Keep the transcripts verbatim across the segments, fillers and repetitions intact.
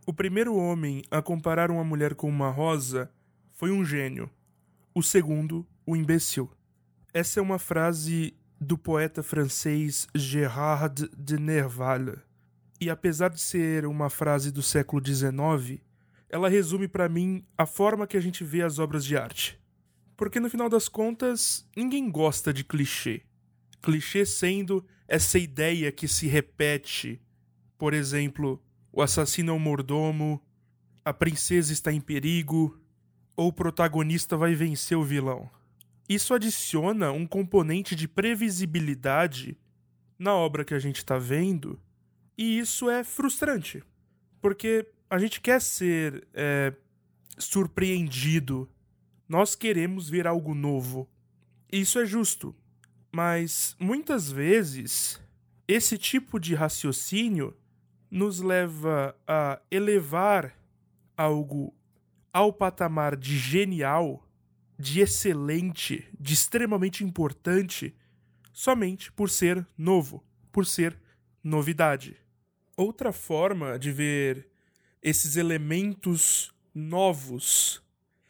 O primeiro homem a comparar uma mulher com uma rosa foi um gênio. O segundo, o imbecil. Essa é uma frase do poeta francês Gérard de Nerval. E apesar de ser uma frase do século dezenove, ela resume para mim a forma que a gente vê as obras de arte. Porque no final das contas, ninguém gosta de clichê. Clichê sendo essa ideia que se repete. Por exemplo, o assassino é um mordomo, a princesa está em perigo, ou o protagonista vai vencer o vilão. Isso adiciona um componente de previsibilidade na obra que a gente está vendo, e isso é frustrante, porque a gente quer ser é, surpreendido, nós queremos ver algo novo. Isso é justo, mas muitas vezes esse tipo de raciocínio nos leva a elevar algo ao patamar de genial, de excelente, de extremamente importante, somente por ser novo, por ser novidade. Outra forma de ver esses elementos novos,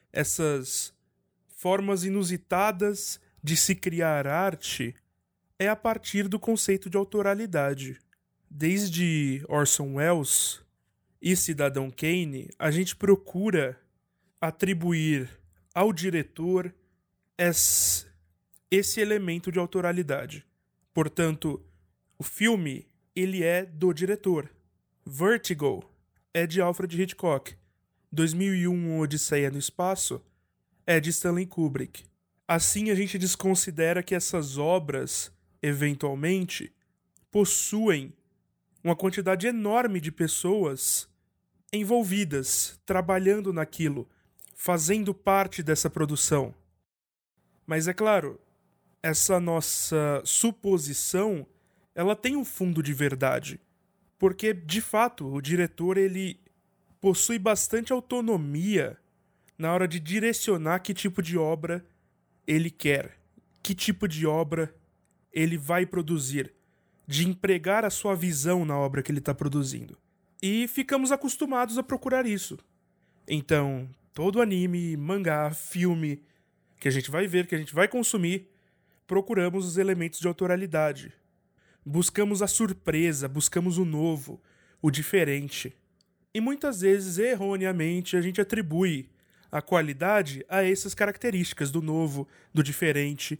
essas formas inusitadas de se criar arte, é a partir do conceito de autoralidade. Desde Orson Welles e Cidadão Kane, a gente procura atribuir ao diretor esse, esse elemento de autoralidade. Portanto, o filme ele é do diretor. Vertigo é de Alfred Hitchcock. dois mil e um, Odisseia no Espaço é de Stanley Kubrick. Assim, a gente desconsidera que essas obras, eventualmente, possuem uma quantidade enorme de pessoas envolvidas, trabalhando naquilo, fazendo parte dessa produção. Mas é claro, essa nossa suposição, ela tem um fundo de verdade, porque de fato o diretor ele possui bastante autonomia na hora de direcionar que tipo de obra ele quer, que tipo de obra ele vai produzir, de empregar a sua visão na obra que ele está produzindo. E ficamos acostumados a procurar isso. Então, todo anime, mangá, filme que a gente vai ver, que a gente vai consumir, procuramos os elementos de autoralidade. Buscamos a surpresa, buscamos o novo, o diferente. E muitas vezes, erroneamente, a gente atribui a qualidade a essas características do novo, do diferente,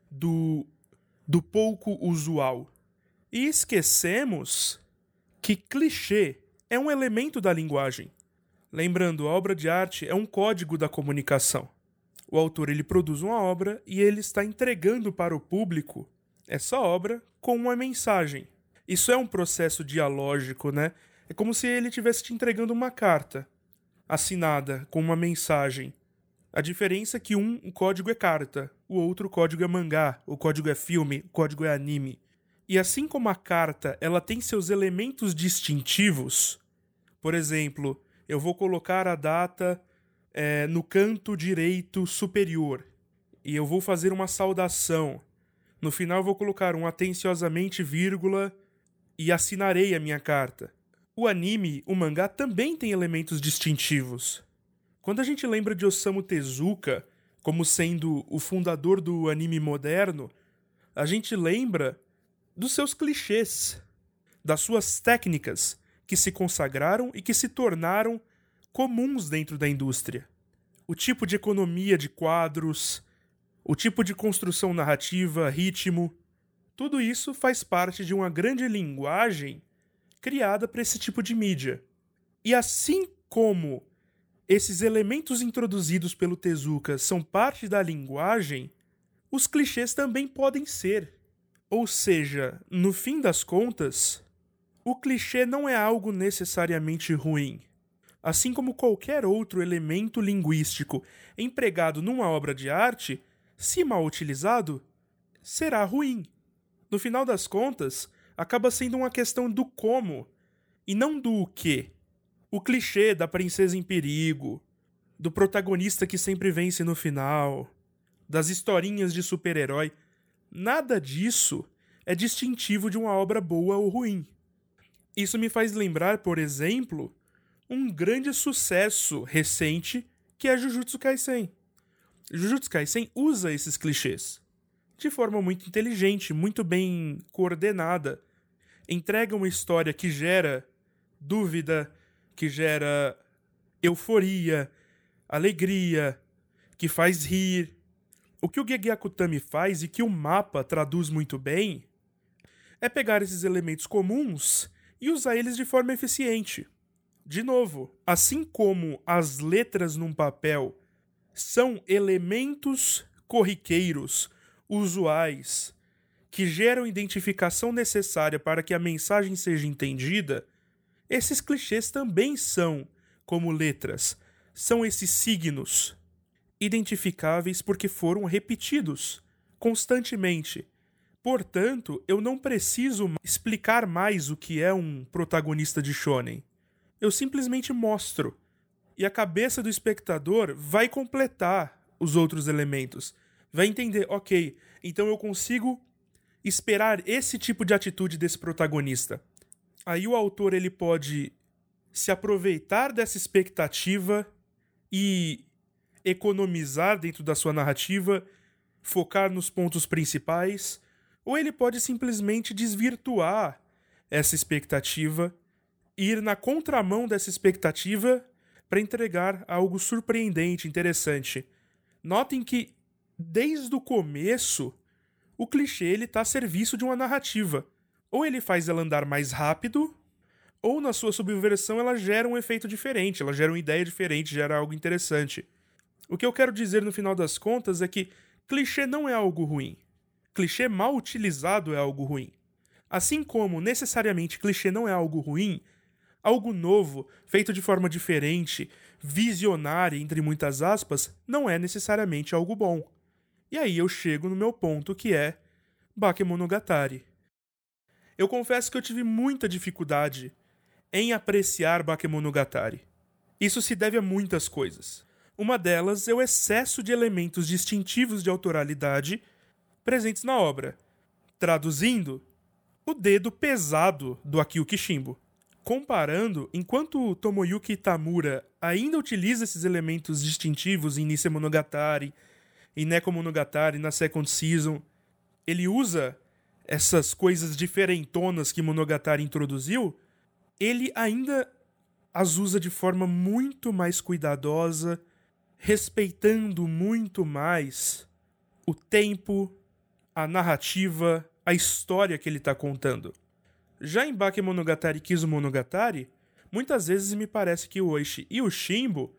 do, do pouco usual. E esquecemos que clichê é um elemento da linguagem. Lembrando, a obra de arte é um código da comunicação. O autor ele produz uma obra e ele está entregando para o público essa obra com uma mensagem. Isso é um processo dialógico, né? É como se ele estivesse te entregando uma carta assinada com uma mensagem. A diferença é que um, o código é carta, o outro o código é mangá, o código é filme, o código é anime. E assim como a carta ela tem seus elementos distintivos, por exemplo, eu vou colocar a data é, no canto direito superior e eu vou fazer uma saudação. No final eu vou colocar um atenciosamente vírgula e assinarei a minha carta. O anime, o mangá, também tem elementos distintivos. Quando a gente lembra de Osamu Tezuka como sendo o fundador do anime moderno, a gente lembra dos seus clichês, das suas técnicas que se consagraram e que se tornaram comuns dentro da indústria. O tipo de economia de quadros, o tipo de construção narrativa, ritmo, tudo isso faz parte de uma grande linguagem criada para esse tipo de mídia. E assim como esses elementos introduzidos pelo Tezuka são parte da linguagem, os clichês também podem ser. Ou seja, no fim das contas, o clichê não é algo necessariamente ruim. Assim como qualquer outro elemento linguístico empregado numa obra de arte, se mal utilizado, será ruim. No final das contas, acaba sendo uma questão do como e não do o que. O clichê da princesa em perigo, do protagonista que sempre vence no final, das historinhas de super-herói, nada disso é distintivo de uma obra boa ou ruim. Isso me faz lembrar, por exemplo, um grande sucesso recente, que é Jujutsu Kaisen. Jujutsu Kaisen usa esses clichês de forma muito inteligente, muito bem coordenada. Entrega uma história que gera dúvida, que gera euforia, alegria, que faz rir. O que o Gege Akutami faz e que o mapa traduz muito bem é pegar esses elementos comuns e usar eles de forma eficiente. De novo, assim como as letras num papel são elementos corriqueiros, usuais, que geram identificação necessária para que a mensagem seja entendida, esses clichês também são como letras, são esses signos identificáveis porque foram repetidos constantemente. Portanto, eu não preciso explicar mais o que é um protagonista de shonen. Eu simplesmente mostro. E a cabeça do espectador vai completar os outros elementos. Vai entender, ok, então eu consigo esperar esse tipo de atitude desse protagonista. Aí o autor ele pode se aproveitar dessa expectativa e economizar dentro da sua narrativa, focar nos pontos principais, ou ele pode simplesmente desvirtuar essa expectativa, ir na contramão dessa expectativa para entregar algo surpreendente, interessante. Notem que, desde o começo, o clichê ele está a serviço de uma narrativa. Ou ele faz ela andar mais rápido, ou na sua subversão ela gera um efeito diferente, ela gera uma ideia diferente, gera algo interessante. O que eu quero dizer no final das contas é que clichê não é algo ruim. Clichê mal utilizado é algo ruim. Assim como, necessariamente, clichê não é algo ruim, algo novo, feito de forma diferente, visionária, entre muitas aspas, não é necessariamente algo bom. E aí eu chego no meu ponto, que é Bakemonogatari. Eu confesso que eu tive muita dificuldade em apreciar Bakemonogatari. Isso se deve a muitas coisas. Uma delas é o excesso de elementos distintivos de autoralidade presentes na obra. Traduzindo, o dedo pesado do Akio Kishimbo. Comparando, enquanto Tomoyuki Tamura ainda utiliza esses elementos distintivos em Nisei Monogatari, em Neko Monogatari, na Second Season, ele usa essas coisas diferentonas que Monogatari introduziu, ele ainda as usa de forma muito mais cuidadosa, respeitando muito mais o tempo, a narrativa, a história que ele está contando. Já em Bakemonogatari Kizumonogatari, muitas vezes me parece que o Oishi e o Shimbo,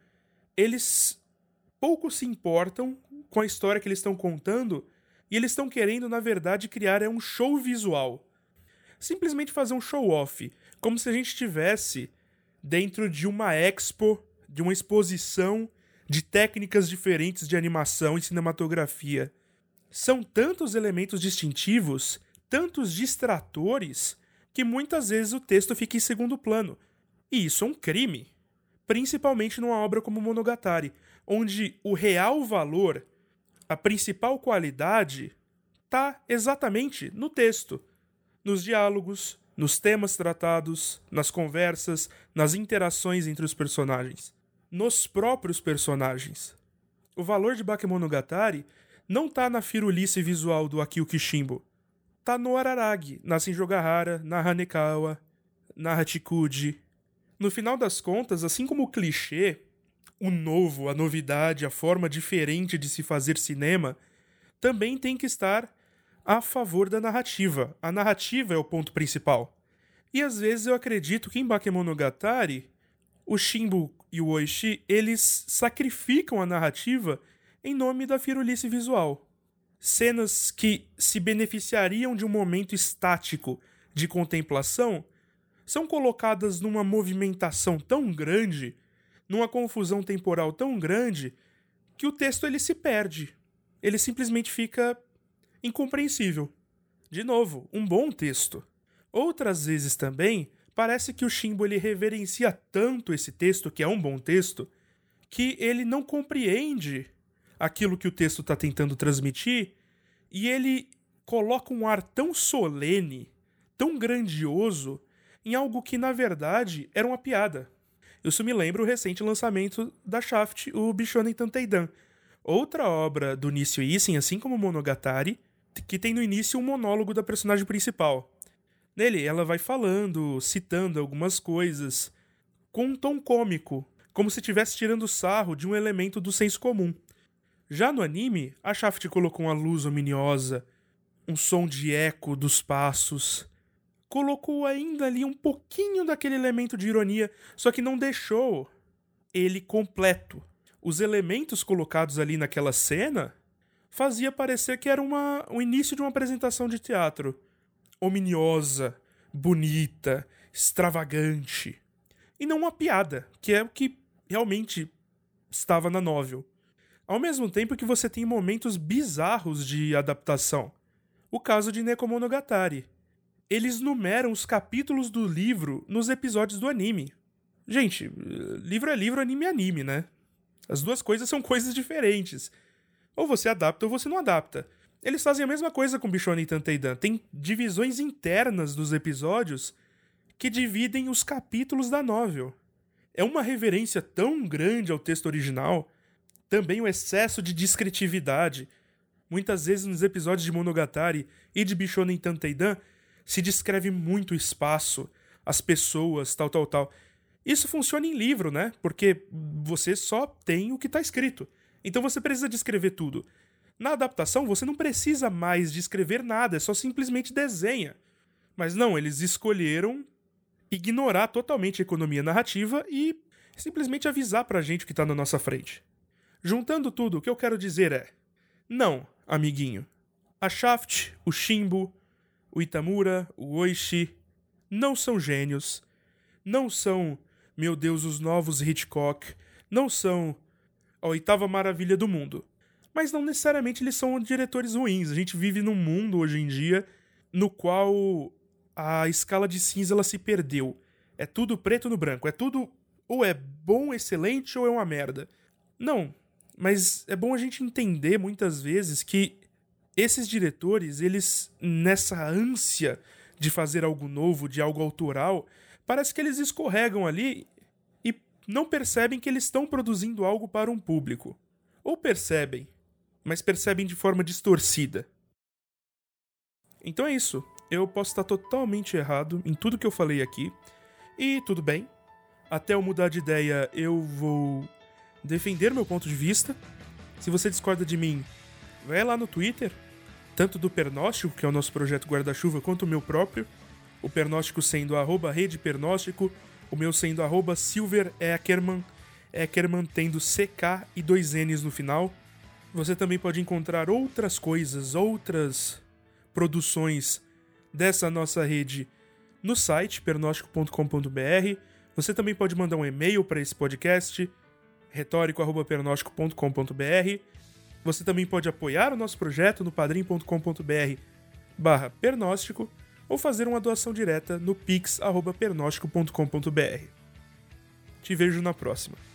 eles pouco se importam com a história que eles estão contando e eles estão querendo, na verdade, criar um show visual. Simplesmente fazer um show-off, como se a gente estivesse dentro de uma expo, de uma exposição de técnicas diferentes de animação e cinematografia. São tantos elementos distintivos, tantos distratores, que muitas vezes o texto fica em segundo plano. E isso é um crime. Principalmente numa obra como Monogatari, onde o real valor, a principal qualidade, está exatamente no texto, nos diálogos, nos temas tratados, nas conversas, nas interações entre os personagens, nos próprios personagens. O valor de Bakemonogatari não está na firulice visual do Akio Kishimbo. Tá no Araragi, na Senjogahara, na Hanekawa, na Hachikuji. No final das contas, assim como o clichê, o novo, a novidade, a forma diferente de se fazer cinema, também tem que estar a favor da narrativa. A narrativa é o ponto principal. E às vezes eu acredito que em Bakemonogatari, o Shimbo e o Oishi, eles sacrificam a narrativa em nome da firulice visual. Cenas que se beneficiariam de um momento estático de contemplação são colocadas numa movimentação tão grande, numa confusão temporal tão grande, que o texto ele se perde. Ele simplesmente fica incompreensível. De novo, um bom texto. Outras vezes também, parece que o Shimbo ele reverencia tanto esse texto, que é um bom texto, que ele não compreende aquilo que o texto está tentando transmitir, e ele coloca um ar tão solene, tão grandioso, em algo que, na verdade, era uma piada. Isso me lembra o recente lançamento da Shaft, o Bishonen Tanteidan. Outra obra do Nissho Isen, assim como Monogatari, que tem no início um monólogo da personagem principal. Nele, ela vai falando, citando algumas coisas, com um tom cômico, como se estivesse tirando sarro de um elemento do senso comum. Já no anime, a Shaft colocou uma luz ominiosa, um som de eco dos passos, colocou ainda ali um pouquinho daquele elemento de ironia, só que não deixou ele completo. Os elementos colocados ali naquela cena fazia parecer que era uma, o início de uma apresentação de teatro. Ominiosa, bonita, extravagante. E não uma piada, que é o que realmente estava na novel. Ao mesmo tempo que você tem momentos bizarros de adaptação. O caso de Nekomonogatari. Eles numeram os capítulos do livro nos episódios do anime. Gente, livro é livro, anime é anime, né? As duas coisas são coisas diferentes. Ou você adapta ou você não adapta. Eles fazem a mesma coisa com Bishonen Tanteidan. Tem divisões internas dos episódios que dividem os capítulos da novel. É uma reverência tão grande ao texto original. Também o excesso de descritividade. Muitas vezes nos episódios de Monogatari e de Bishonen Tanteidan se descreve muito o espaço, as pessoas, tal, tal, tal. Isso funciona em livro, né? Porque você só tem o que está escrito. Então você precisa descrever tudo. Na adaptação, você não precisa mais descrever nada, é só simplesmente desenha. Mas não, eles escolheram ignorar totalmente a economia narrativa e simplesmente avisar pra gente o que tá na nossa frente. Juntando tudo, o que eu quero dizer é: não, amiguinho. A Shaft, o Shimbo, o Itamura, o Oishi não são gênios, não são, meu Deus, os novos Hitchcock, não são a oitava maravilha do mundo. Mas não necessariamente eles são diretores ruins. A gente vive num mundo hoje em dia no qual a escala de cinza ela se perdeu. É tudo preto no branco. É tudo ou é bom, excelente, ou é uma merda. Não, mas é bom a gente entender muitas vezes que esses diretores, eles, nessa ânsia de fazer algo novo, de algo autoral, parece que eles escorregam ali e não percebem que eles estão produzindo algo para um público. Ou percebem, mas percebem de forma distorcida. Então é isso. Eu posso estar totalmente errado em tudo que eu falei aqui. E tudo bem. Até eu mudar de ideia, eu vou defender meu ponto de vista. Se você discorda de mim, vai lá no Twitter. Tanto do Pernóstico, que é o nosso projeto Guarda-Chuva, quanto o meu próprio. O Pernóstico sendo arroba Rede Pernóstico. O meu sendo arroba Silver Eckerman. Eckerman tendo C K e dois N's no final. Você também pode encontrar outras coisas, outras produções dessa nossa rede no site pernóstico ponto com ponto b r. Você também pode mandar um e-mail para esse podcast, retórico arroba pernóstico ponto com ponto b r. Você também pode apoiar o nosso projeto no padrim ponto com ponto b r barra pernóstico ou fazer uma doação direta no pix arroba pernóstico ponto com ponto b r. Te vejo na próxima.